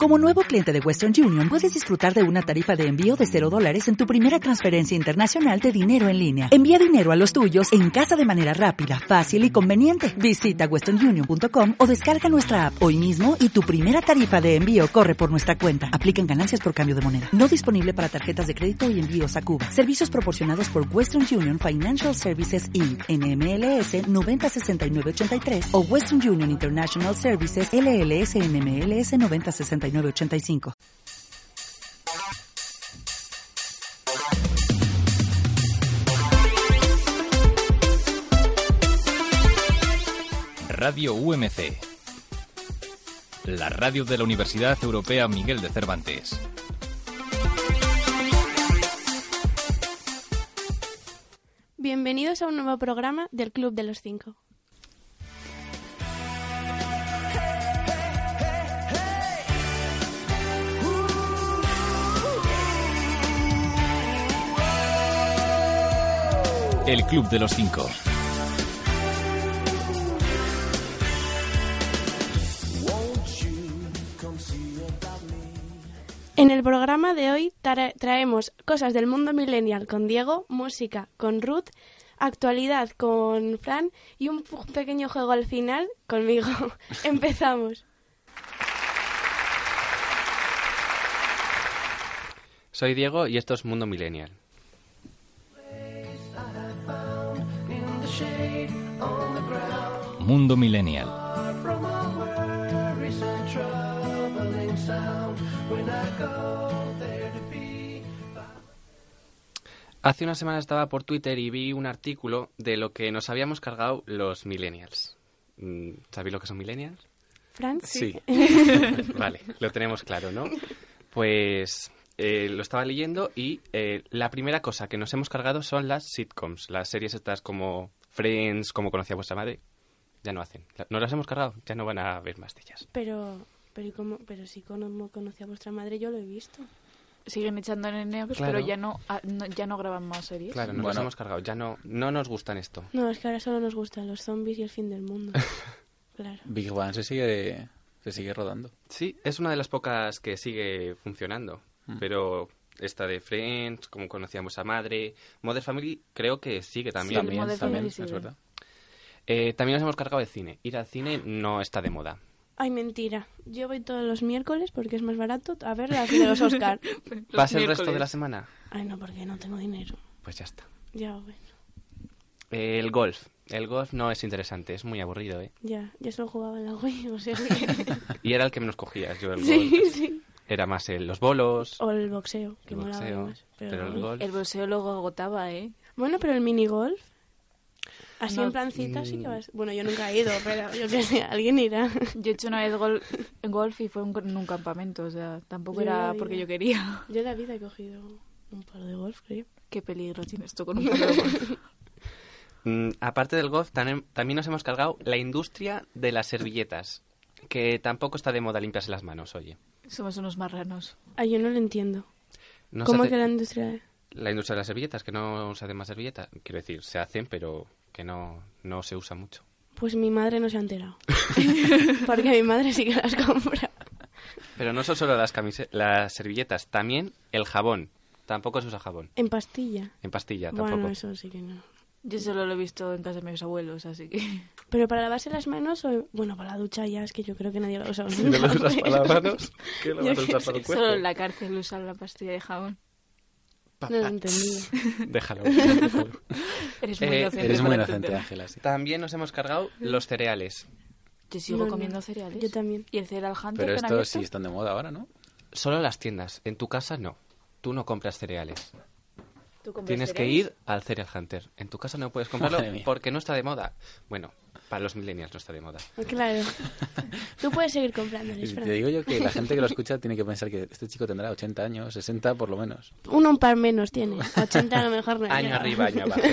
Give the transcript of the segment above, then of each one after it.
Como nuevo cliente de Western Union, puedes disfrutar de una tarifa de envío de $0 en tu primera transferencia internacional de dinero en línea. Envía dinero a los tuyos en casa de manera rápida, fácil y conveniente. Visita westernunion.com o descarga nuestra app hoy mismo y tu primera tarifa de envío corre por nuestra cuenta. Aplican ganancias por cambio de moneda. No disponible para tarjetas de crédito y envíos a Cuba. Servicios proporcionados por Western Union Financial Services Inc. NMLS 906983 o Western Union International Services LLS NMLS 906985. Radio UMC, la radio de la Universidad Europea Miguel de Cervantes. Bienvenidos a un nuevo programa del Club de los Cinco. El Club de los Cinco. En el programa de hoy traemos cosas del mundo millennial con Diego, música con Ruth, actualidad con Fran y un pequeño juego al final conmigo. Empezamos. Soy Diego y esto es Mundo Millennial. Mundo Millennial. Hace una semana estaba por Twitter y vi un artículo de lo que nos habíamos cargado los millennials. ¿Sabéis lo que son millennials? ¿Fran? Sí. Vale, lo tenemos claro, ¿no? Pues lo estaba leyendo y la primera cosa que nos hemos cargado son las sitcoms, las series estas como Friends, como conocía vuestra madre. Ya no hacen. No las hemos cargado, ya no van a ver más de ellas. Pero si conocía a vuestra madre, yo lo he visto. Siguen echando en Neox, claro. Pero ya no graban más series. Claro, nos las hemos cargado. Ya no nos gustan esto. No, es que ahora solo nos gustan los zombies y el fin del mundo. Claro. Big Bang se sigue rodando. Sí, es una de las pocas que sigue funcionando. Pero esta de Friends, como conocíamos a madre, Modern Family creo que sigue también. Sí, también es verdad. También nos hemos cargado de cine. Ir al cine no está de moda. Ay, mentira. Yo voy todos los miércoles porque es más barato a ver las de los Oscar. ¿Vas el resto de la semana? Ay, no, porque no tengo dinero. Pues ya está. Ya, bueno. El golf. El golf no es interesante, es muy aburrido, ¿eh? Ya, yo solo jugaba en la Wii, o sea que... Y era el que menos cogías, yo el golf. Sí. Era más los bolos. O el boxeo, que el molaba boxeo, más. pero el golf... El boxeo luego agotaba, ¿eh? Bueno, pero el minigolf... Así No, en plancita sí que vas... Bueno, yo nunca he ido, pero yo qué sé, alguien irá. Yo he hecho una vez golf y fue en un campamento, o sea, tampoco Yo era la vida. porque yo quería. Yo en la vida he cogido un palo de golf, creo. Qué peligro tienes tú con un palo de golf. Aparte del golf, también nos hemos cargado la industria de las servilletas, que tampoco está de moda limpiarse las manos, oye. Somos unos marranos. Ay, yo no lo entiendo. No ¿Cómo se hace- que la industria...? La industria de las servilletas, que no se hacen más servilletas. Quiero decir, se hacen, pero que no se usa mucho. Pues mi madre no se ha enterado. Porque mi madre sí que las compra. Pero no son solo las servilletas, también el jabón. Tampoco se usa jabón. En pastilla. En pastilla, tampoco. Bueno, eso sí que no. Yo solo lo he visto en casa de mis abuelos, así que... Pero para lavarse las manos o... Bueno, para la ducha ya es que yo creo que nadie lo usa. Si no lo usas para las manos, ¿qué lo vas a usar para el cuerpo? Solo en la cárcel usan la pastilla de jabón. No lo he entendido. Déjalo. Eres muy inocente. Eres muy para inocente, entender. Ángela. Sí. También nos hemos cargado los cereales. Yo sigo No, no. comiendo cereales. Yo también. ¿Y el cereal Hunter Pero que han estos abierto? sí están de moda ahora, ¿no? Solo las tiendas. En tu casa no. Tú no compras cereales. ¿Tú compras Tienes que cereales? ir al Cereal Hunter. En tu casa no puedes comprarlo Madre mía. porque no está de moda. Bueno, para los millennials no está de moda. Claro. Tú puedes seguir Y comprándoles, Fran. te digo yo que la gente que lo escucha tiene que pensar que este chico tendrá 80 años, 60 por lo menos. Uno un par menos tiene. 80 a lo mejor no. Año llega. arriba, año abajo.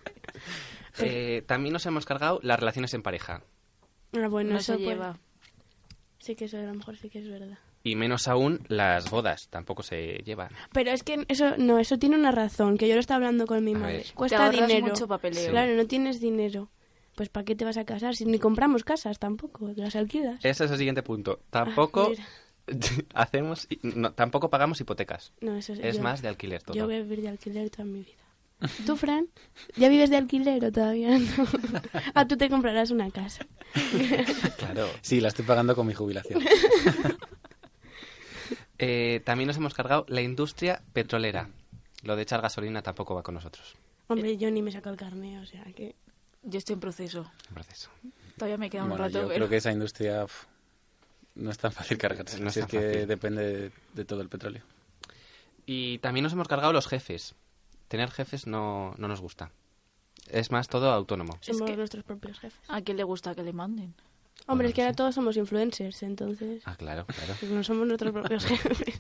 También nos hemos cargado las relaciones en pareja. Ah, bueno, No eso se puede- lleva. Sí que eso a lo mejor sí que es verdad. Y menos aún las bodas. Tampoco se llevan. Pero es que eso tiene una razón, que yo lo estaba hablando con mi A madre. ver. Te Cuesta ahorras dinero. mucho papeleo. Claro, no tienes dinero. Pues ¿para qué te vas a casar? Si ni compramos casas tampoco, las alquilas. Ese es el siguiente punto. Tampoco mira. tampoco pagamos hipotecas. No, eso Es más de alquiler todo. Yo voy a vivir de alquiler toda mi vida. ¿Tú, Fran? ¿Ya vives de alquiler o todavía no? Ah, tú te comprarás una casa. Claro. Sí, la estoy pagando con mi jubilación. También nos hemos cargado la industria petrolera. Lo de echar gasolina tampoco va con nosotros. Hombre, yo ni me saco el carné, o sea que... Yo estoy en proceso. En proceso. Todavía me queda un Bueno, rato, yo pero... creo que esa industria no es tan fácil cargarse. No es Si es tan que fácil. depende de todo el petróleo. Y también nos hemos cargado los jefes. Tener jefes no nos gusta. Es más todo autónomo. Somos que- nuestros propios jefes. ¿A quién le gusta que le manden? Hombre, Bueno, es que ahora sí. todos somos influencers, entonces... Ah, claro. No somos nuestros propios jefes.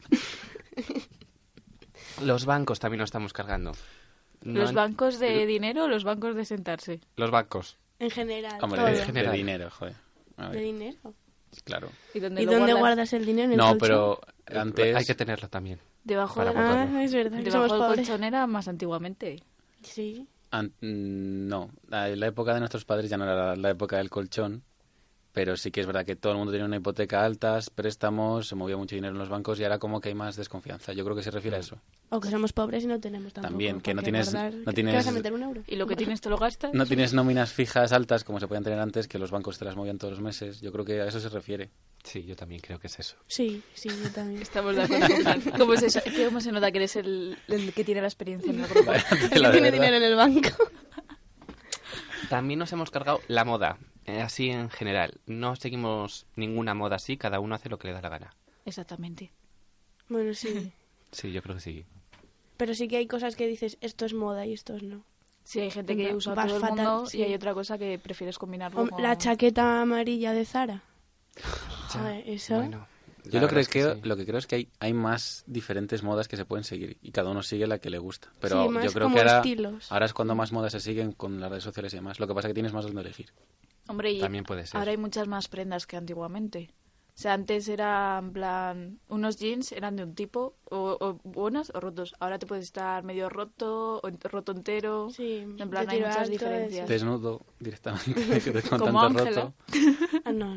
Los bancos también nos estamos cargando. ¿Los No- bancos de dinero o los bancos de sentarse? Los bancos. En general, Hombre, todo. de general. dinero, joder. A ¿De ver, dinero? claro. ¿Y dónde, ¿Y lo dónde guardas? guardas el dinero? ¿En el No, colchón? pero antes... Hay que tenerlo también. Debajo, Para de guardarlo. Ah, es verdad, que debajo somos del pobres. colchón era más antiguamente. Sí. No, en la época de nuestros padres ya no era la época del colchón, pero sí que es verdad que todo el mundo tenía una hipoteca altas, préstamos, se movía mucho dinero en los bancos y ahora como que hay más desconfianza. Yo creo que se refiere a eso. O que somos pobres y no tenemos tampoco. También, que no por qué tienes- guardar. no ¿Qué tienes- vas a meter €1? Y lo que tienes te lo gastas. No tienes nóminas fijas altas como se podían tener antes, que los bancos te las movían todos los meses. Yo creo que a eso se refiere. Sí, yo también creo que es eso. Sí, sí, yo también. Estamos de acuerdo con Fran. ¿Cómo se nota que eres el que tiene la experiencia en el grupo? El La que de tiene verdad. dinero en el banco. También nos hemos cargado la moda. Así en general. No seguimos ninguna moda así. Cada uno hace lo que le da la gana. Exactamente. Bueno, sí. Sí, yo creo que sí. Pero sí que hay cosas que dices, esto es moda y esto es no. Sí, hay gente que Vas usa todo el fatal, mundo sí. y hay otra cosa que prefieres combinarlo con... La chaqueta amarilla de Zara. Joder, eso... Bueno, Yo la lo verdad que creo es que hay más diferentes modas que se pueden seguir y cada uno sigue la que le gusta. Pero Sí, más yo creo como que estilos. ahora es cuando más modas se siguen con las redes sociales y demás. Lo que pasa es que tienes más donde elegir. Hombre, y También puede ser. ahora hay muchas más prendas que antiguamente. O sea, antes era en plan... Unos jeans eran de un tipo, o buenos o rotos. Ahora te puedes estar medio roto, o roto entero. Sí, En plan, de hay tiro muchas alto, diferencias. eso. Desnudo directamente, con Como tanto Ángela. roto. Ah, no.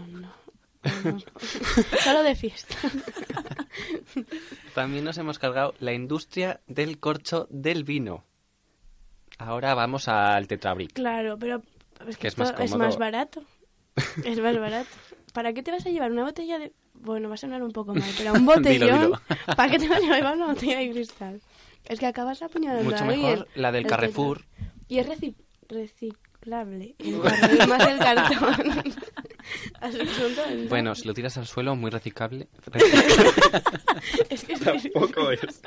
No. Solo de fiesta. También nos hemos cargado la industria del corcho del vino. Ahora vamos al Tetrabric. Claro, pero es Que que es más esto es cómodo. más barato. Es más barato. ¿Para qué te vas a llevar una botella de...? Bueno, va a sonar un poco mal, pero un botellón... Dilo. ¿Para qué te vas a llevar una botella de cristal? Es que acabas apuñalando Mucho a alguien. mejor la del El Carrefour. Tetra. Y es reciclable. El cartón, más el cartón. Absolutamente. Bueno, si lo tiras al suelo, muy reciclable. Es que Tampoco es.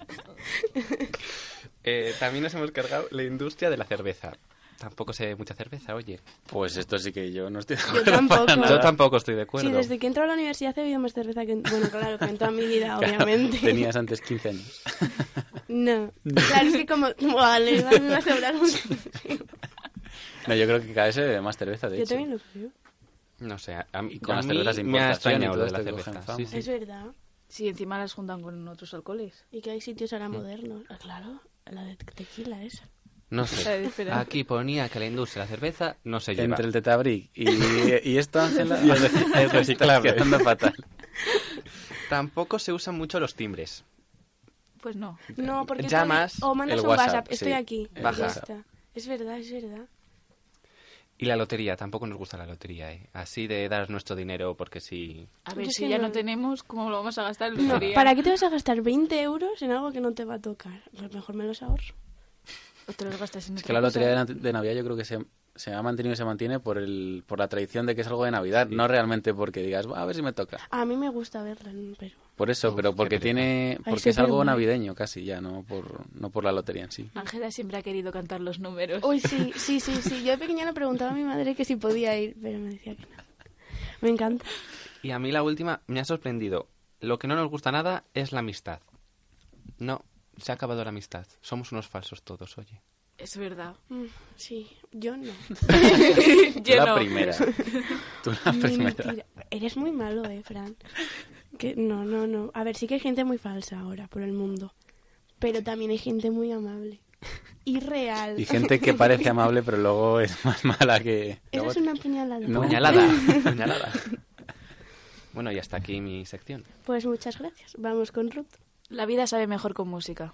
También nos hemos cargado la industria de la cerveza. Tampoco sé mucha cerveza, oye. Pues esto sí que yo no estoy de Yo acuerdo tampoco. para nada. Yo tampoco estoy de acuerdo. Sí, desde que entro a la universidad he bebido más cerveza que... Bueno, claro, que en toda mi vida, obviamente. Tenías antes 15 años. No. Claro, es que como... Vale, me va a sobrar muchísimo. No, yo creo que cada vez se bebe más cerveza, de Yo hecho. también lo creo. No sé, a mí, con a las mí cervezas de me ha importación y extrañado todo lo de la esto que cerveza. cogen fama. Sí, sí. Es verdad. Sí, encima las juntan con otros alcoholes. Y que hay sitios ahora modernos. Ah, claro, la de tequila esa. No Es sé. diferente. Aquí ponía que la industria de la cerveza no se lleva. Entre el Tetrabric y esto, Ángela, es reciclable. está quedando fatal. Tampoco se usan mucho los timbres. Pues no. No, porque... Llamas, o mandas el un WhatsApp, WhatsApp. Estoy sí. aquí. El Ya WhatsApp. está. Es verdad, es verdad. Y la lotería, tampoco nos gusta la lotería, ¿eh? Así de dar nuestro dinero porque sí. A ver, Yo es si que ya no- no tenemos, ¿cómo lo vamos a gastar en No, lotería? ¿para qué te vas a gastar 20 euros en algo que no te va a tocar? Pues mejor me los ahorro. O te los gastas en Es otra que la cosa. lotería de Navidad yo creo que se ha mantenido y se mantiene por la tradición de que es algo de Navidad, no realmente porque digas, "Va, a ver si me toca". A mí me gusta verla, pero... Por eso, pero porque qué pereza. porque soy es algo muy guay. navideño casi ya, no por la lotería en sí. Ángela siempre ha querido cantar los números. Uy, sí. Yo de pequeña le preguntaba a mi madre que si podía ir, pero me decía que no. Me encanta. Y a mí la última me ha sorprendido. Lo que no nos gusta nada es la amistad. No, se ha acabado la amistad. Somos unos falsos todos, oye. Es verdad. Sí, yo no. Tú la no. primera. Tú la primera. Mentira. Eres muy malo, Fran. Que no. A ver, sí que hay gente muy falsa ahora por el mundo. Pero también hay gente muy amable. Y real. Y gente que parece amable, pero luego es más mala que... Eso es una puñalada. No. Puñalada, puñalada. Bueno, y hasta aquí mi sección. Pues muchas gracias. Vamos con Ruth. La vida sabe mejor con música.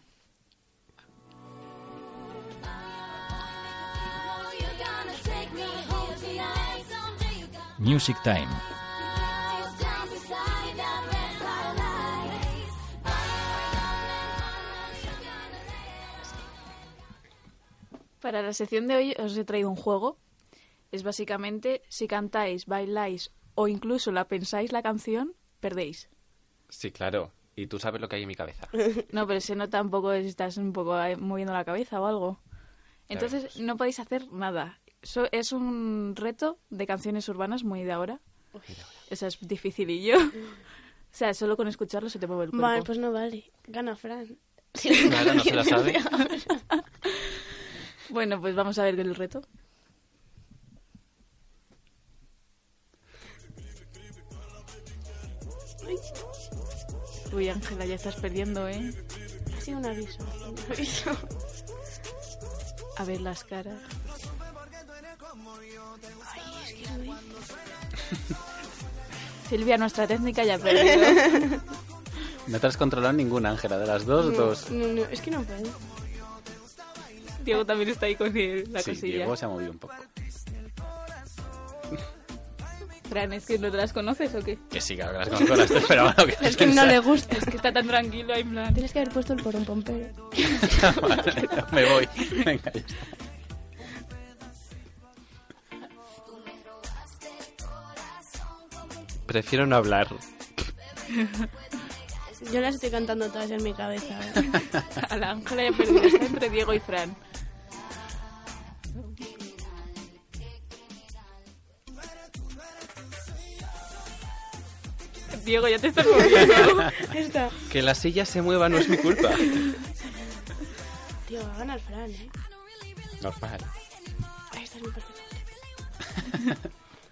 Music Time. Para la sección de hoy os he traído un juego. Es básicamente, si cantáis, bailáis o incluso la pensáis la canción, perdéis. Sí, claro. Y tú sabes lo que hay en mi cabeza. No, pero se nota un poco si estás un poco moviendo la cabeza o algo. Entonces veremos. no podéis hacer nada. Es un reto de canciones urbanas muy de ahora. Eso es dificilillo. O sea, solo con escucharlo se te mueve el cuerpo. Vale, pues no vale. Gana Fran. Nada, no se la sabe. Bueno, pues vamos a ver el reto. Uy, Ángela, ya estás perdiendo, ¿eh? Ha sido un aviso. Un aviso. A ver las caras. Silvia, nuestra técnica ya ha perdido. No te has controlado ninguna, Ángela. De las dos. No, es que no puedo. Diego también está ahí con la Sí, cosilla. Diego se ha movido un poco. Fran, ¿es que no te las conoces o qué? Que sí, claro que las conozco, las tres, pero bueno, que Es que no le gusta. Es que está tan tranquilo ahí en plan... Tienes que haber puesto el porón pompero. Me voy. Venga, ya está. Prefiero no hablar. Yo las estoy cantando todas en mi cabeza. A la Ángela ya perdido. Está entre Diego y Fran. Diego, ya te estás moviendo. Esta. Que la silla se mueva no es mi culpa. Tío, va a ganar Fran, ¿eh? Normal. Ahí está mi parte.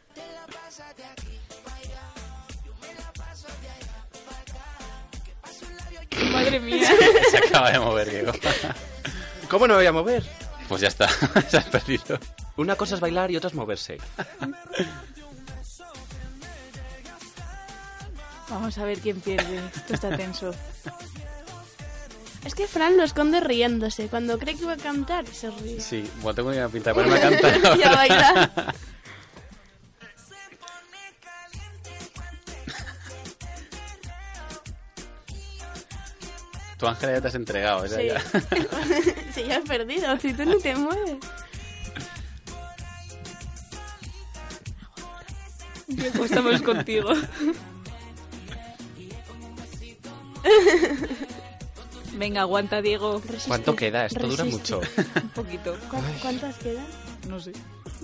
Madre mía. Se acaba de mover, Diego. ¿Cómo no me voy a mover? Pues ya está, se has perdido. Una cosa es bailar y otra es moverse. Vamos a ver quién pierde. Esto está tenso. Es que Fran lo esconde riéndose. Cuando cree que iba a cantar, se ríe. Sí, bueno, tengo una pinta de ponerme a cantar. Y a bailar. Tú, Ángela, ya te has entregado. Sí. Ya. Sí, ya has perdido. Si tú no te mueves. Diego, estamos contigo. Venga, aguanta, Diego. Resiste. ¿Cuánto queda? Esto dura Resiste. mucho. Un poquito. ¿Cuántas quedan? No sé.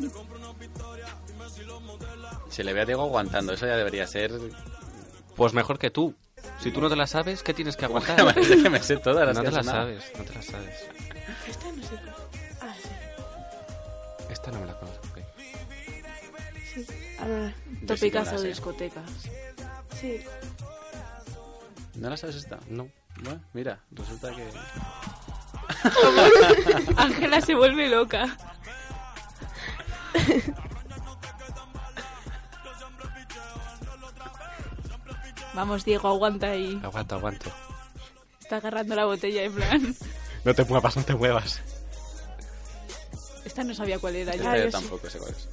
Se le ve a Diego aguantando, eso ya debería ser... Pues mejor que tú. Si tú no te la sabes, ¿qué tienes que Me aguantar? parece que me sé todas las No que te la han sonado. sabes, no te la sabes. Esta no sé cuál. Ah, sí. Esta no me la conozco. ¿ok? Sí. A ver. Yo sí que me la Topicazo de sé. discoteca. Sí. ¿No la sabes esta? No. Bueno, mira, resulta que... Ángela se vuelve loca. Vamos, Diego, aguanta ahí. Aguanto. Está agarrando la botella en plan... No te muevas, no te muevas. Esta no sabía cuál era. Esta yo yo sí. tampoco sé cuál es.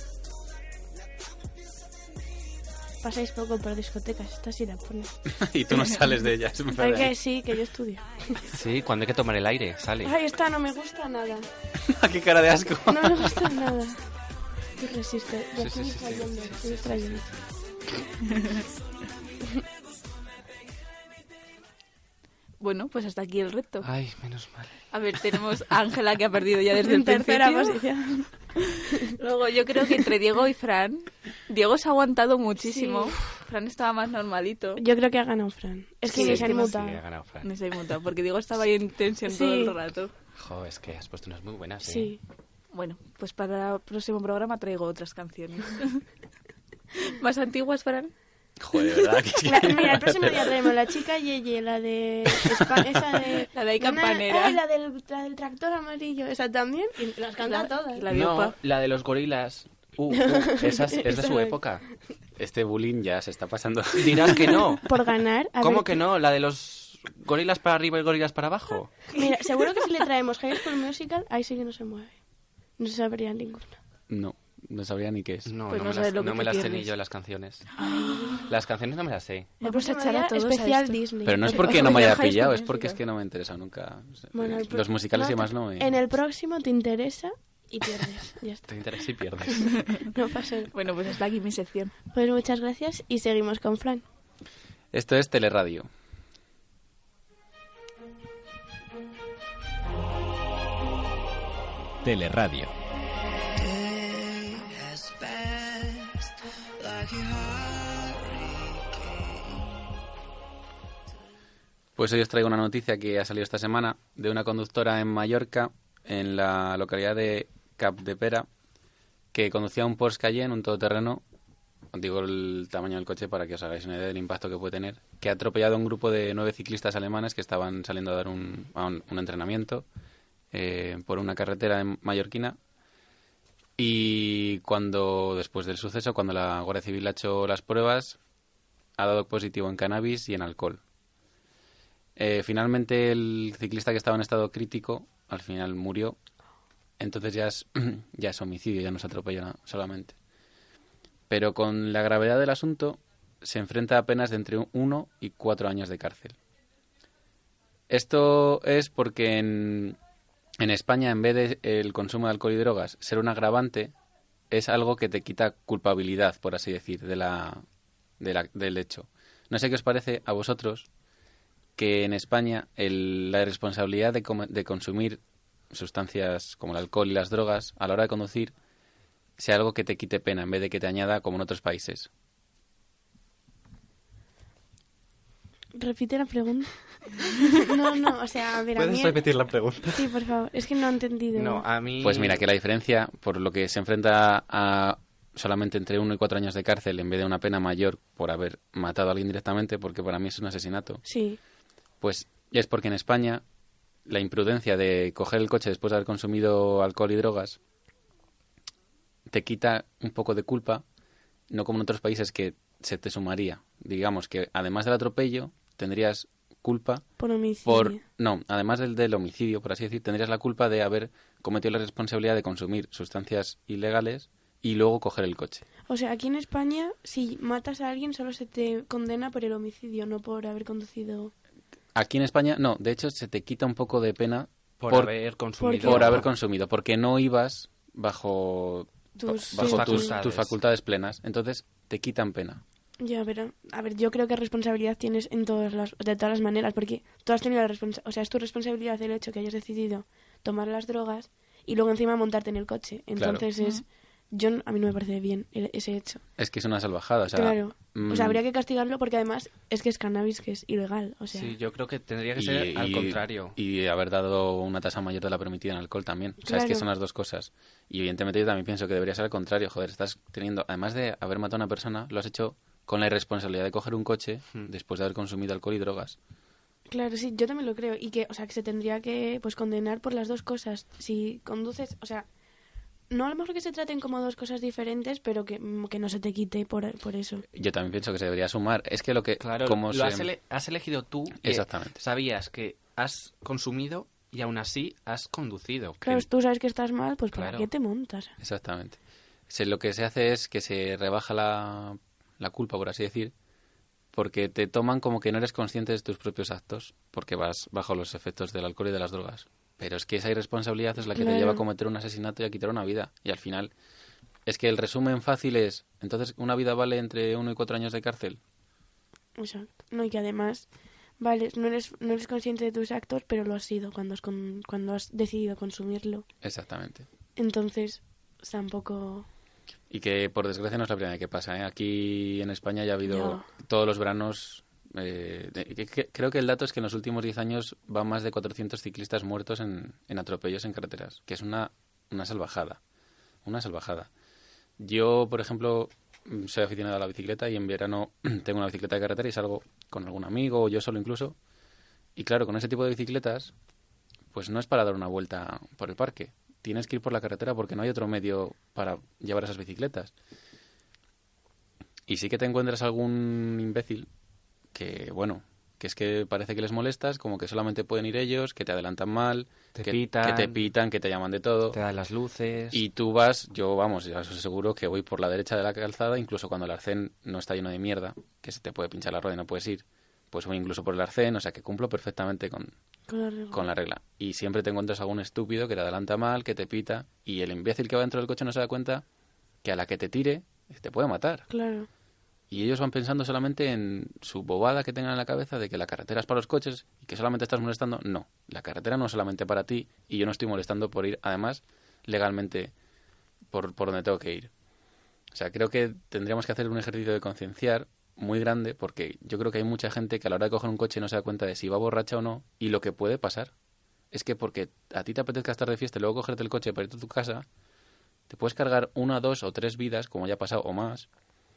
Pasáis poco por discotecas. Esta sí la pones. Y tú no sales de ellas. me Ay, parece. que sí, que yo estudio. Sí, cuando hay que tomar el aire, sale. Ay, esta no me gusta nada. ¡Qué cara de asco! No me gusta nada. Tú resiste. Ya Sí, estoy sí, sí, distrayendo, sí, estoy distrayendo. Bueno, pues hasta aquí el reto. Ay, menos mal. A ver, tenemos a Ángela que ha perdido ya desde el En tercera principio. posición. Luego yo creo que entre Diego y Fran, Diego se ha aguantado muchísimo. Sí. Fran estaba más normalito. Yo creo que ha ganado Fran. Es que Sí, ni es se que han no mutado. Sí, ha ganado Fran. No se ha inmutado, porque Diego estaba ahí en tensión todo Sí. el rato. Jo, es que has puesto unas muy buenas, ¿eh? Sí. Bueno, pues para el próximo programa traigo otras canciones. ¿Más antiguas, Fran? Joder, ¿verdad? Que... Mira, el próximo día traemos la chica Yeye, la de... esa de... La de ahí campanera. Ay, la del tractor amarillo. Esa también. Y las canta todas. La No, Diopa. la de los gorilas. Esa es de su época. Este bullying ya se está pasando. Dirás que no. Por ganar. A ¿Cómo ver, que no? La de los gorilas para arriba y gorilas para abajo. Mira, seguro que si le traemos High School Musical, ahí sí que no se mueve. No se sabría ninguna. No sabría ni qué es. No, Pues no, no me sabes las, lo que no me te las sé pierdes. ni yo las canciones. Las canciones no me las sé. Vamos a El echar a próximo todos día, a especial esto. Disney. Pero no es Porque- porque no me haya High School pillado, es Musical. porque es que no me ha interesado nunca. Bueno, Los musicales y no, demás no me... En el próximo te interesa y pierdes. Ya está. Te interesa y pierdes. No pasa nada. Bueno, pues hasta aquí mi sección. Pues muchas gracias y seguimos con Fran. Esto es Teleradio. Teleradio. Pues hoy os traigo una noticia que ha salido esta semana de una conductora en Mallorca, en la localidad de Capdepera, que conducía un Porsche Cayenne, un todoterreno. Os digo el tamaño del coche para que os hagáis una idea del impacto que puede tener, que ha atropellado a un grupo de 9 ciclistas alemanes que estaban saliendo a dar un entrenamiento por una carretera en mallorquina. Y después del suceso, cuando la Guardia Civil ha hecho las pruebas, ha dado positivo en cannabis y en alcohol. Finalmente el ciclista, que estaba en estado crítico, al final murió. Entonces ya es homicidio, ya no se atropella solamente. Pero con la gravedad del asunto se enfrenta a penas de entre 1 y 4 años de cárcel. Esto es porque en España, en vez de el consumo de alcohol y drogas ser un agravante, es algo que te quita culpabilidad, por así decir, del hecho. No sé qué os parece a vosotros que en España la irresponsabilidad de consumir sustancias como el alcohol y las drogas a la hora de conducir sea algo que te quite pena en vez de que te añada, como en otros países. Repite la pregunta. No, o sea, a ver, a mí... ¿Puedes repetir la pregunta? Sí, por favor, es que no he entendido. No, a mí... Pues mira, que la diferencia, por lo que se enfrenta a solamente entre 1 y 4 años de cárcel en vez de una pena mayor por haber matado a alguien directamente, porque para mí es un asesinato, Sí, pues es porque en España la imprudencia de coger el coche después de haber consumido alcohol y drogas te quita un poco de culpa, no como en otros países que se te sumaría. Digamos que además del atropello tendrías culpa por homicidio. además del homicidio, por así decir, tendrías la culpa de haber cometido la responsabilidad de consumir sustancias ilegales y luego coger el coche. O sea, aquí en España, si matas a alguien, solo se te condena por el homicidio, no por haber conducido. Aquí en España, no, de hecho se te quita un poco de pena Por haber consumido... por haber consumido, porque no ibas bajo Tus tus facultades plenas, entonces te quitan pena. Ya, pero, a ver, yo creo que responsabilidad tienes de todas las maneras, porque tú has tenido la responsabilidad, o sea, es tu responsabilidad el hecho que hayas decidido tomar las drogas y luego encima montarte en el coche. Entonces a mí no me parece bien ese hecho. Es que es una salvajada, o sea... Claro. O sea, habría que castigarlo porque además es que es cannabis, que es ilegal, o sea... Sí, yo creo que tendría que ser al contrario. Y haber dado una tasa mayor de la permitida en alcohol también. O sea, es que Claro. son las dos cosas. Y evidentemente yo también pienso que debería ser al contrario. Joder, estás teniendo... Además de haber matado a una persona, lo has hecho con la irresponsabilidad de coger un coche después de haber consumido alcohol y drogas. Claro, sí, yo también lo creo. Y que, o sea, que se tendría que pues condenar por las dos cosas. Si conduces, o sea, no a lo mejor que se traten como dos cosas diferentes, pero que no se te quite por eso. Yo también pienso que se debería sumar. Es que lo que... Claro, como has elegido tú. Que Exactamente. Sabías que has consumido y aún así has conducido. Claro, Que- tú sabes que estás mal, pues ¿para Claro. qué te montas? Exactamente. Lo que se hace es que se rebaja la culpa, por así decir, porque te toman como que no eres consciente de tus propios actos, porque vas bajo los efectos del alcohol y de las drogas. Pero es que esa irresponsabilidad es la que te Claro. lleva a cometer un asesinato y a quitar una vida. Y al final, es que el resumen fácil es, entonces, ¿una vida vale entre 1 y 4 años de cárcel? Exacto. No, y que además, vale, no eres consciente de tus actos, pero lo has sido cuando has decidido consumirlo. Exactamente. Entonces, tampoco... Y que, por desgracia, no es la primera vez que pasa, ¿eh? Aquí en España ya ha habido No. todos los veranos... creo que el dato es que en los últimos 10 años van más de 400 ciclistas muertos en atropellos en carreteras, que es una salvajada. Una salvajada. Yo, por ejemplo, soy aficionado a la bicicleta y en verano tengo una bicicleta de carretera y salgo con algún amigo o yo solo incluso. Y claro, con ese tipo de bicicletas, pues no es para dar una vuelta por el parque. Tienes que ir por la carretera porque no hay otro medio para llevar esas bicicletas. Y sí que te encuentras algún imbécil que, bueno, que es que parece que les molestas, como que solamente pueden ir ellos, que te adelantan mal, Te que pitan. te pitan, que te llaman de todo. Te dan las luces. Y tú vas, yo vamos, ya os aseguro que voy por la derecha de la calzada, incluso cuando el arcén no está lleno de mierda, que se te puede pinchar la rueda y no puedes ir, pues voy incluso por el arcén, o sea que cumplo perfectamente con la regla. Y siempre te encuentras algún estúpido que te adelanta mal, que te pita, y el imbécil que va dentro del coche no se da cuenta que a la que te tire te puede matar. Claro. Y ellos van pensando solamente en su bobada que tengan en la cabeza de que la carretera es para los coches y que solamente estás molestando. No, la carretera no es solamente para ti y yo no estoy molestando por ir, además, legalmente por donde tengo que ir. O sea, creo que tendríamos que hacer un ejercicio de concienciar muy grande porque yo creo que hay mucha gente que a la hora de coger un coche no se da cuenta de si va borracha o no y lo que puede pasar es que porque a ti te apetezca estar de fiesta y luego cogerte el coche para irte a tu casa, te puedes cargar 1, 2 o 3 vidas, como ya ha pasado, o más.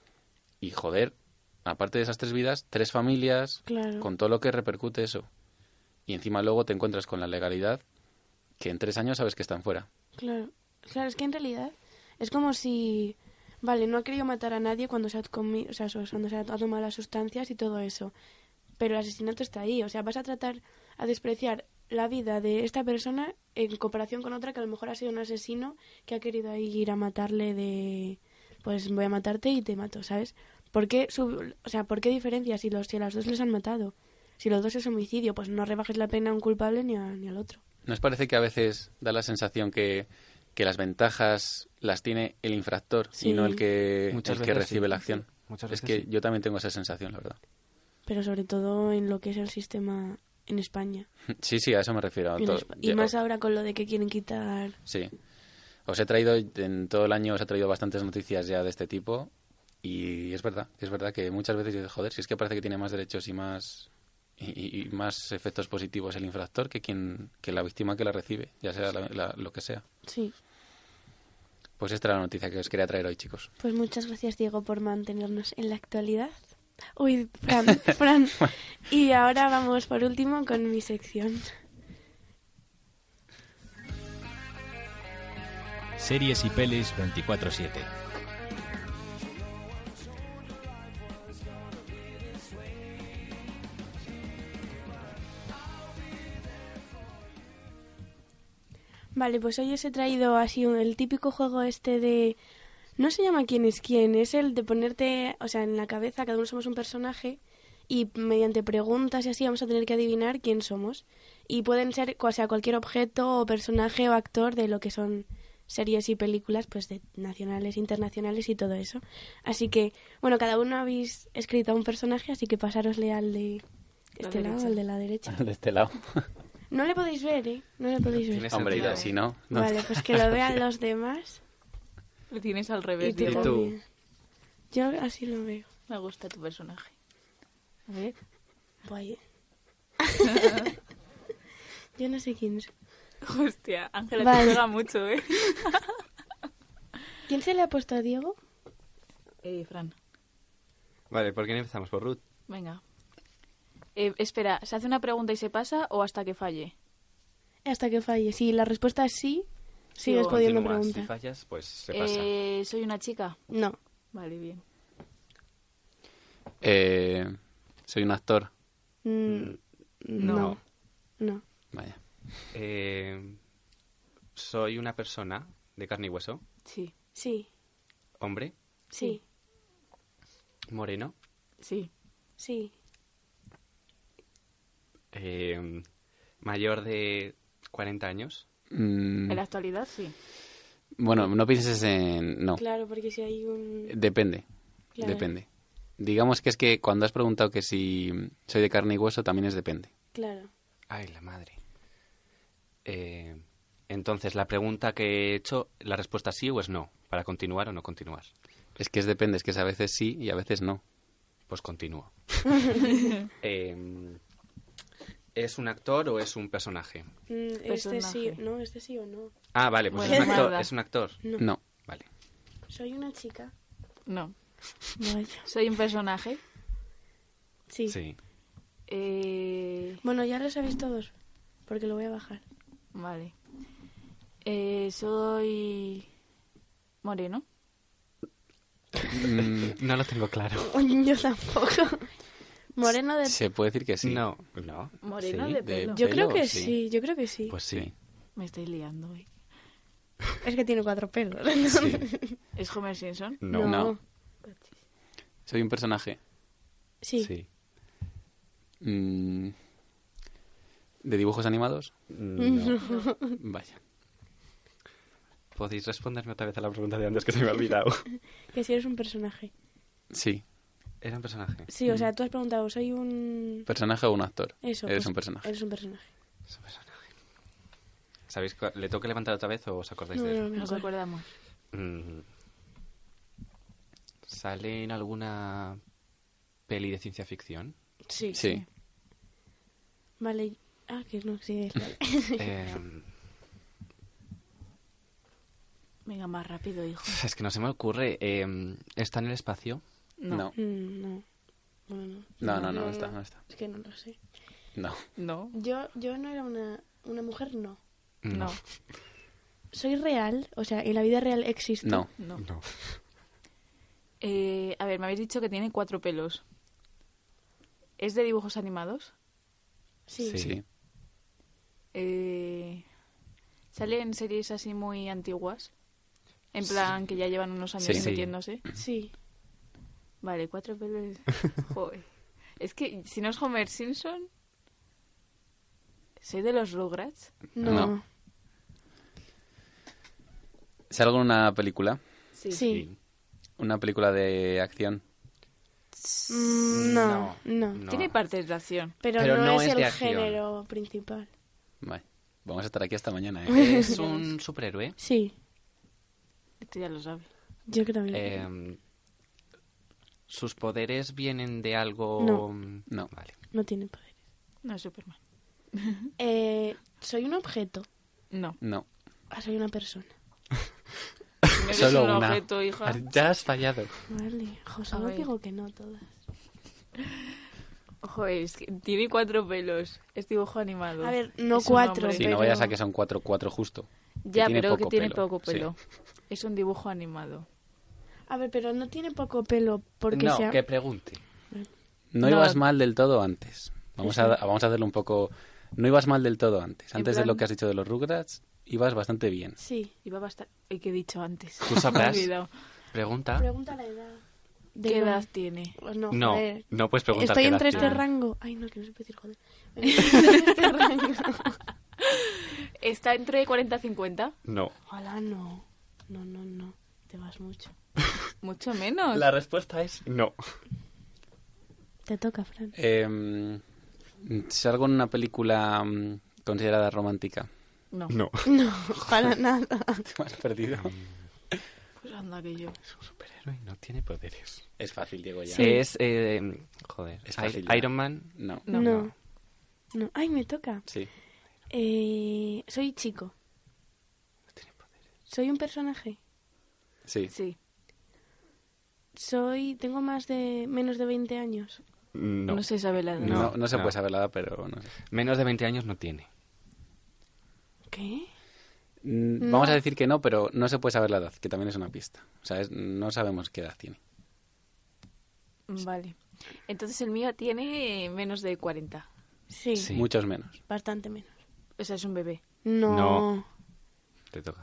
Y joder, aparte de esas 3 vidas, 3 familias, Claro. con todo lo que repercute eso. Y encima luego te encuentras con la legalidad que en 3 años sabes que están fuera. Claro. Claro, es que en realidad es como si... Vale, no ha querido matar a nadie cuando se ha comido, o sea, cuando se ha tomado las sustancias y todo eso. Pero el asesinato está ahí. O sea, vas a tratar a despreciar la vida de esta persona en comparación con otra que a lo mejor ha sido un asesino que ha querido ahí ir a matarle de... Pues voy a matarte y te mato, ¿sabes? ¿Por qué, ¿por qué diferencia si a las dos les han matado? Si los dos es homicidio, pues no rebajes la pena a un culpable ni al otro. ¿No os parece que a veces da la sensación que las ventajas las tiene el infractor Sí. y no el que Muchas que veces recibe sí. la acción? Muchas Es veces que sí. yo también tengo esa sensación, la verdad. Pero sobre todo en lo que es el sistema en España. Sí, sí, a eso me refiero. Y más ahora con lo de que quieren quitar... Sí. Os he traído, en todo el año os he traído bastantes noticias ya de este tipo y es verdad que muchas veces dices, joder, si es que parece que tiene más derechos y más efectos positivos el infractor que la víctima que la recibe, ya sea lo que sea. Sí. Pues esta era la noticia que os quería traer hoy, chicos. Pues muchas gracias, Diego, por mantenernos en la actualidad. Uy, Fran. Y ahora vamos por último con mi sección. Series y pelis 24/7. Vale, pues hoy os he traído así el típico juego este de... No se llama quién es quién, es el de ponerte, o sea, en la cabeza cada uno somos un personaje y mediante preguntas y así vamos a tener que adivinar quién somos. Y pueden ser, o sea, cualquier objeto o personaje o actor de lo que son series y películas, pues de nacionales, internacionales y todo eso. Así que, bueno, cada uno habéis escrito a un personaje, así que pasárosle al de este lado, al de la derecha. De este lado. No le podéis ver, ¿eh? No le podéis ver. Tienes Hombre, y sentido. si no, no. Vale, pues que lo vean los demás. Lo tienes al Y revés, tú Diego. también. Yo así lo veo. Me gusta tu personaje. A ver. Guay. Yo no sé quién es. Hostia, Ángela Vale. te juega mucho, ¿eh? ¿Quién se le ha puesto a Diego? Fran, Vale, ¿por quién empezamos? ¿Por Ruth? venga. Espera, ¿se hace una pregunta y se pasa o hasta que falle? Hasta que falle. Si la respuesta es sí, sigues pudiendo Continúas. preguntar. Si fallas, pues se pasa. ¿Soy una chica? No. Vale, bien. Soy un actor. Mm, no. No. Vaya. Soy una persona de carne y hueso. Sí, Sí. Hombre. Sí. Moreno. sí. Sí. Mayor de 40 años. En la actualidad, sí. Bueno, no pienses en... No, Claro, porque si hay un... depende. Claro. Depende. Digamos que es que cuando has preguntado que si soy de carne y hueso, también es depende. Claro. Ay, la madre. Entonces, la pregunta que he hecho, ¿la respuesta sí o es no? ¿Para continuar o no continuar? Es que es depende, es que es a veces sí y a veces no. Pues continúo. ¿Es un actor o es un personaje? Este sí, Personaje. no, este sí o no. Ah, vale, pues Bueno, es un actor. mierda. Es un actor. No. Vale. Soy una chica. No. Vaya. ¿Soy un personaje? Sí. Sí. Bueno, ya lo sabéis todos, porque lo voy a bajar. Vale. Soy moreno. No lo tengo claro. Yo tampoco. Moreno de... Se puede decir que sí. No. Moreno Sí, de pelo. Yo creo que sí. sí, yo creo que sí. Pues sí. Sí. Me estáis liando, güey. Es que tiene 4 pelos. Sí. ¿Es Homer Simpson? No. No. Soy un personaje. Sí. Sí. ¿De dibujos animados? No. Vaya. ¿Podéis responderme otra vez a la pregunta de antes que se me ha olvidado? Que si eres un personaje. Sí. Era un personaje. Sí, o sea, tú has preguntado, ¿soy un...? ¿Personaje o un actor? Eso. Eres pues, un personaje. Eres un personaje. Es un personaje. ¿Sabéis? ¿Le tengo que levantar otra vez o os acordáis de No, eso? me Nos acuerdo. acordamos. ¿Sale en alguna peli de ciencia ficción? Sí. Sí. Vale. Ah, que no, sí. Venga, más rápido, hijo. Es que no se me ocurre. ¿Está en el espacio? No. No. Bueno, no. No está. Es que no lo sé. No. No. Yo no era una mujer, no. No. ¿Soy real? O sea, ¿en la vida real existe? No. No. No. A ver, me habéis dicho que tiene 4 pelos. ¿Es de dibujos animados? Sí. Sí. ¿Sale en series así muy antiguas? En plan, que ya llevan unos años Sí. metiéndose. Sí. Vale, 4 pelos. Joder. Es que si no es Homer Simpson... ¿Soy de los Rugrats? No. ¿Salgo en una película? Sí. ¿Una película de acción? No. Tiene partes de acción. Pero Pero no, no es es de el acción. género principal. Vale. Vamos a estar aquí hasta mañana, ¿eh? ¿Es un superhéroe? Sí. Esto ya lo sabe. Yo creo que ¿Sus poderes vienen de algo...? No. No. Vale. no tiene poderes. No es Superman. ¿Soy un objeto? No. No. Soy una persona. No eres Solo un una. objeto, hija. Ya has fallado. Vale. José, A no ver. digo que no todas. Joder, es que tiene 4 pelos. Es dibujo animado. A ver, no Es un 4, hombre. Sí, pero... no vayas a que son 4 justo. Ya, tiene pero que poco tiene pelo, poco sí. pelo. Es un dibujo animado. A ver, pero no tiene poco pelo porque No, sea... que pregunte. No No. ibas mal del todo antes. Vamos Eso. a hacerlo un poco... No ibas mal del todo antes. Antes de plan- lo que has dicho de los Rugrats, ibas bastante bien. Sí. Iba bastante... ¿Qué he dicho antes? Tú sabrás. Me he olvidado. Pregunta. Pregunta la edad. De ¿Qué la- edad tiene? Pues no, No, joder. no puedes preguntar Estoy qué edad entre este tiene. rango. Ay, no, que no se puede decir, joder. Estoy entre este rango. ¿Está entre 40 y 50? No. Ojalá no. No. Te vas mucho. Mucho menos. La respuesta es no. Te toca, Fran. Salgo en una película considerada romántica. No. No. No, para nada. Te has perdido. Pues anda que yo. Es un superhéroe y no tiene poderes. Es fácil, Diego, ya. Sí. Es, joder, Es fácil ya. Iron Man. No. No. Ay, me toca. Sí. Soy chico. No tiene poderes. Soy un personaje. Sí. Sí. Tengo menos de 20 años. No. No se sabe la edad. No se no. puede saber la edad, pero no sé. Menos de 20 años no tiene. ¿Qué? Vamos a decir que no, pero no se puede saber la edad, que también es una pista. O sea, no sabemos qué edad tiene. Vale. Entonces el mío tiene menos de 40. Sí, Sí. Muchos menos. bastante menos. O sea, es un bebé. No. No. Te toca.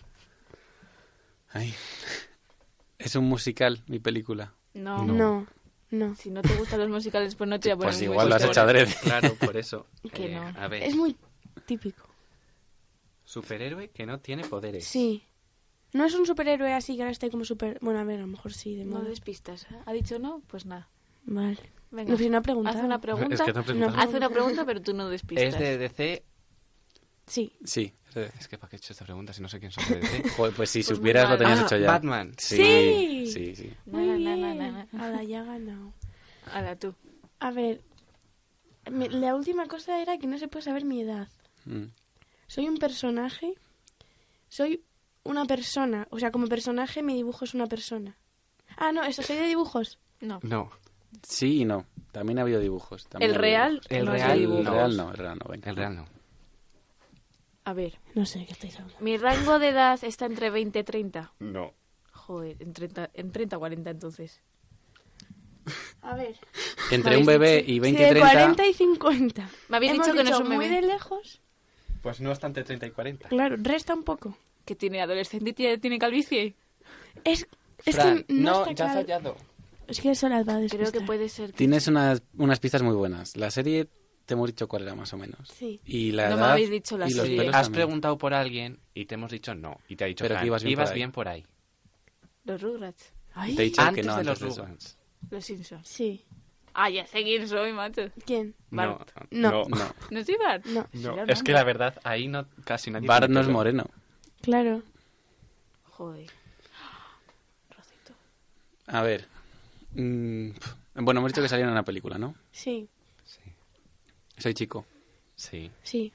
Ay. Es un musical, mi película. No. No. Si no te gustan los musicales, pues no te voy a poner Pues un igual lo has musical. hecho adrede. Claro, por eso. Que no. A ver, Es muy típico. superhéroe que no tiene poderes. Sí. No es un superhéroe así que ahora esté como super... Bueno, a ver, a lo mejor sí, de No moda. despistas. ¿Eh? ¿Ha dicho no? Pues nada. Vale. Venga. No, si no ha preguntado. Haz una pregunta. Es que no has preguntado. Haz una pregunta, pero tú no despistas. ¿Es de DC? Sí. Sí. Es que ¿para qué he hecho esta pregunta si no sé quién son de DC? Joder, pues si Pues supieras muy lo tenías mal. hecho ya. Batman. Sí. Sí. Muy Na, bien. na, na, na, na. Ala, ya ha ganado. Ahora tú. A ver, la última cosa era que no se puede saber mi edad. Mm. Soy un personaje. Soy una persona. O sea, como personaje mi dibujo es una persona. Ah, no, eso, soy de dibujos. No. No. Sí y no. También ha habido dibujos. También El ha habido real. dibujos. El no es de real dibujos. El real no, venga. El real no. A ver. No sé de qué estáis hablando. Mi rango de edad está entre 20 y 30. No. Joder, en 30 o 40 entonces. A ver. Entre un bebé y 20 y de 30... 40 y 50. Me habéis Hemos dicho que no es un muy bebé. de lejos. Pues no está entre 30 y 40. Claro, resta un poco. Que tiene adolescente y tiene calvicie. Es Fran, que no, está ya ha claro. fallado. Es que eso las va a Creo despistar. que puede ser. Tienes unas pistas muy buenas. La serie te hemos dicho cuál era más o menos. Sí. Y la No me edad habéis dicho la y los serie. pelos Has también. preguntado por alguien y te hemos dicho no. Y te ha dicho Pero Fran, que ibas bien por ahí. bien por ahí. Los Rugrats. Te he dicho Antes que no, de los antes de eso. Rugrats. Los Simpsons. Sí. Ah, ya sé quién soy, macho. ¿Quién? No, Bart. No. No, ¿No es Bart? No. no. Será Es que Nando. la verdad, ahí no casi nadie... Bart tiene no es pelo. moreno. Claro. Joder. Rosito. A ver. Bueno, hemos dicho que salía en una película, ¿no? Sí. Sí. Soy chico. Sí. Sí.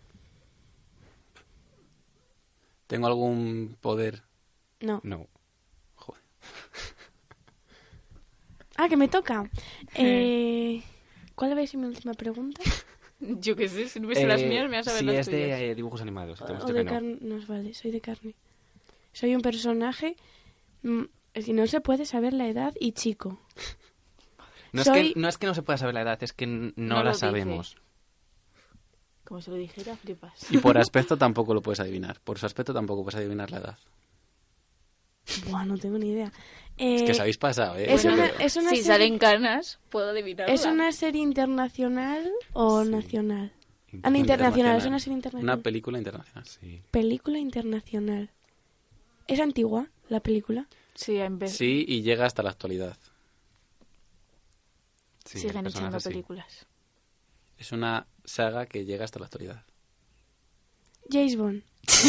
¿Tengo algún poder? No. No. Joder. Ah, que me toca. ¿Cuál habéis sido mi última pregunta? Yo qué sé, si no hubiese las mías, me vas a ver sí, las es tuyas. de dibujos animados. Te hemos O dicho de que no. carne. No, vale, soy de carne. Soy un personaje. Es que no se puede saber la edad y chico. No, Soy- no es que no se pueda saber la edad, es que no No la lo dice. sabemos. Como se lo dijera, flipas. Y por aspecto tampoco lo puedes adivinar. Por su aspecto tampoco puedes adivinar la edad. Buah, no tengo ni idea. Es que os habéis pasado, ¿eh? Es Yo una, creo. es una Si serie, salen canas, puedo adivinarla. ¿es una serie internacional o Sí. nacional? Ah, no, internacional. Es una serie internacional. Una película internacional. Sí. Película internacional. ¿Es antigua la película? Sí, en vez... Sí, y llega hasta la actualidad. Sí, el siguen personaje echando sí. películas. Es una saga que llega hasta la actualidad. James Bond.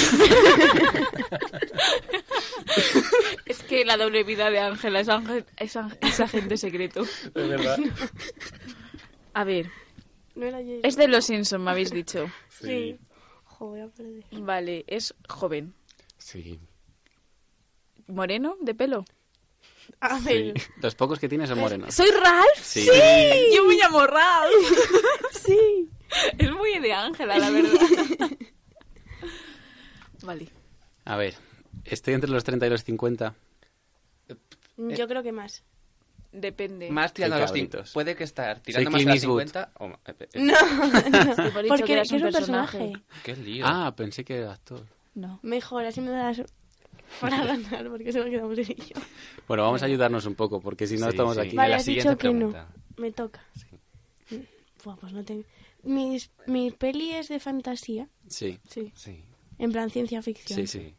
Es que la doble vida de Ángela es agente secreto. Es verdad. A ver, No era James es de los Simpsons, me habéis dicho. Sí. Joder, voy a perder. Vale, es joven. Sí. ¿Moreno? ¿De pelo? A ver. Los pocos que tienes son morenos. ¿Soy Ralph? Sí. Yo me llamo Ralph. Sí. Es muy de Ángela, la verdad. Vale. A ver, estoy entre los 30 y los 50. Yo creo que más. Depende. Más tirando a los cabritos. 50. Puede que estar tirando más Clint a los Eastwood. 50 o... No, Te he dicho porque que eras es un un personaje. Qué lío. Ah, pensé que era actor. No. Mejor, así me das para ganar, porque se me quedamos él y yo. Bueno, vamos a ayudarnos un poco, porque si no Sí, estamos sí. aquí. Vale, la has siguiente dicho que no. pregunta. Me toca. Sí. Buah, pues no tengo... Mi peli es de fantasía, Sí, Sí. Sí. en plan ciencia ficción. sí, sí.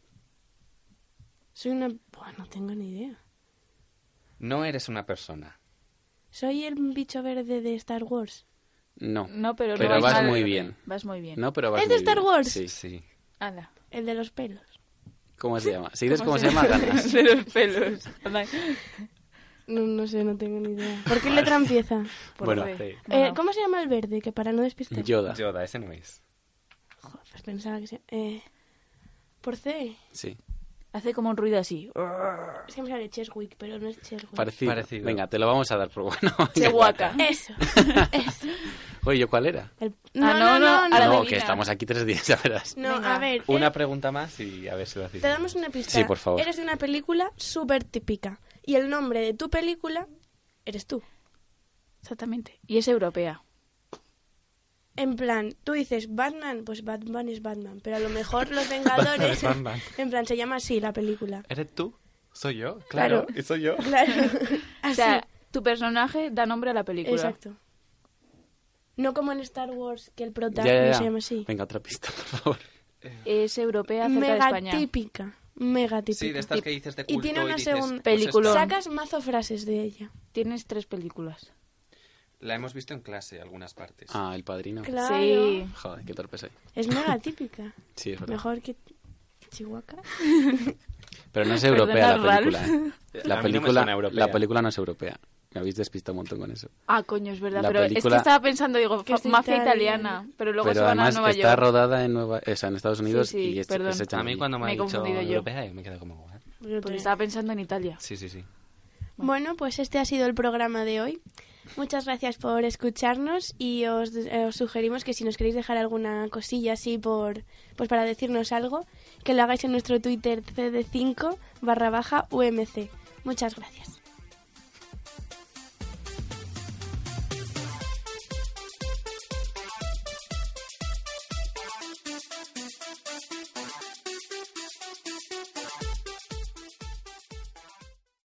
Soy una... Buah, no tengo ni idea. No eres una persona. Soy el bicho verde de Star Wars. No. No, pero, Pero no vas mal. muy bien. Vas muy bien. No, pero vas ¿Es de muy Star bien. Wars? Sí. Sí. Anda. El de los pelos. ¿Cómo se llama? Si dices cómo se llama, ganas. De los pelos. Anda. No sé, no tengo ni idea. ¿Por qué letra empieza? Por Bueno, fe. sí. Bueno, ¿Cómo se llama el verde? Que para no despistar. Yoda. Yoda, ese no es. Joder, pues pensaba que se... por C. Sí. hace como un ruido así. Es que me sale Cheswick, pero no es Cheswick. Parecido. Venga, te lo vamos a dar por bueno. Chihuahua. Eso. Eso. Oye, ¿yo cuál era? no, ahora No, adivina. que estamos aquí 3 días, ya verás. No, Venga. a ver. Una pregunta más y a ver si lo haces. Te damos una pista. Sí, por favor. Eres de una película súper típica. Y el nombre de tu película eres tú. Exactamente. Y es europea. En plan, tú dices Batman, pues Batman es Batman. Pero a lo mejor Los Vengadores. Batman. En plan, se llama así la película. ¿Eres tú? ¿Soy yo? Claro. Claro, soy yo. Claro. O Así. sea, tu personaje da nombre a la película. Exacto. No como en Star Wars, que el prota Ya. no se llama así. Venga, otra pista, por favor. Es europea cerca de Mega España. típica. Mega típica. Sí, de estas que dices de culto Y tiene una dices, segunda... pues Película. Sacas mazo frases de ella. Tienes 3 películas. La hemos visto en clase, algunas partes. Ah, El Padrino. Claro. Sí. Joder, qué torpe soy. Es mega típica. Sí, es verdad. Mejor que Chihuahua. Pero no es europea Perdona, la película, ¿eh? A mí no me película, suena europea. la película no es europea. Me habéis despistado un montón con eso. Ah, coño, es verdad. La Pero es película- que estaba pensando, digo, Que es mafia italiana. italiana. Pero luego Pero se van a además Nueva está York. rodada en en Estados Unidos Sí, sí, y es perdón. hecha A allí. mí cuando me Me ha he dicho confundido yo. europea me quedo como... ¿what? Porque estaba pensando en Italia. Sí, sí, sí. Bueno, pues este ha sido el programa de hoy. Muchas gracias por escucharnos y os sugerimos que si nos queréis dejar alguna cosilla así pues para decirnos algo, que lo hagáis en nuestro Twitter cd5/UMC. Muchas gracias.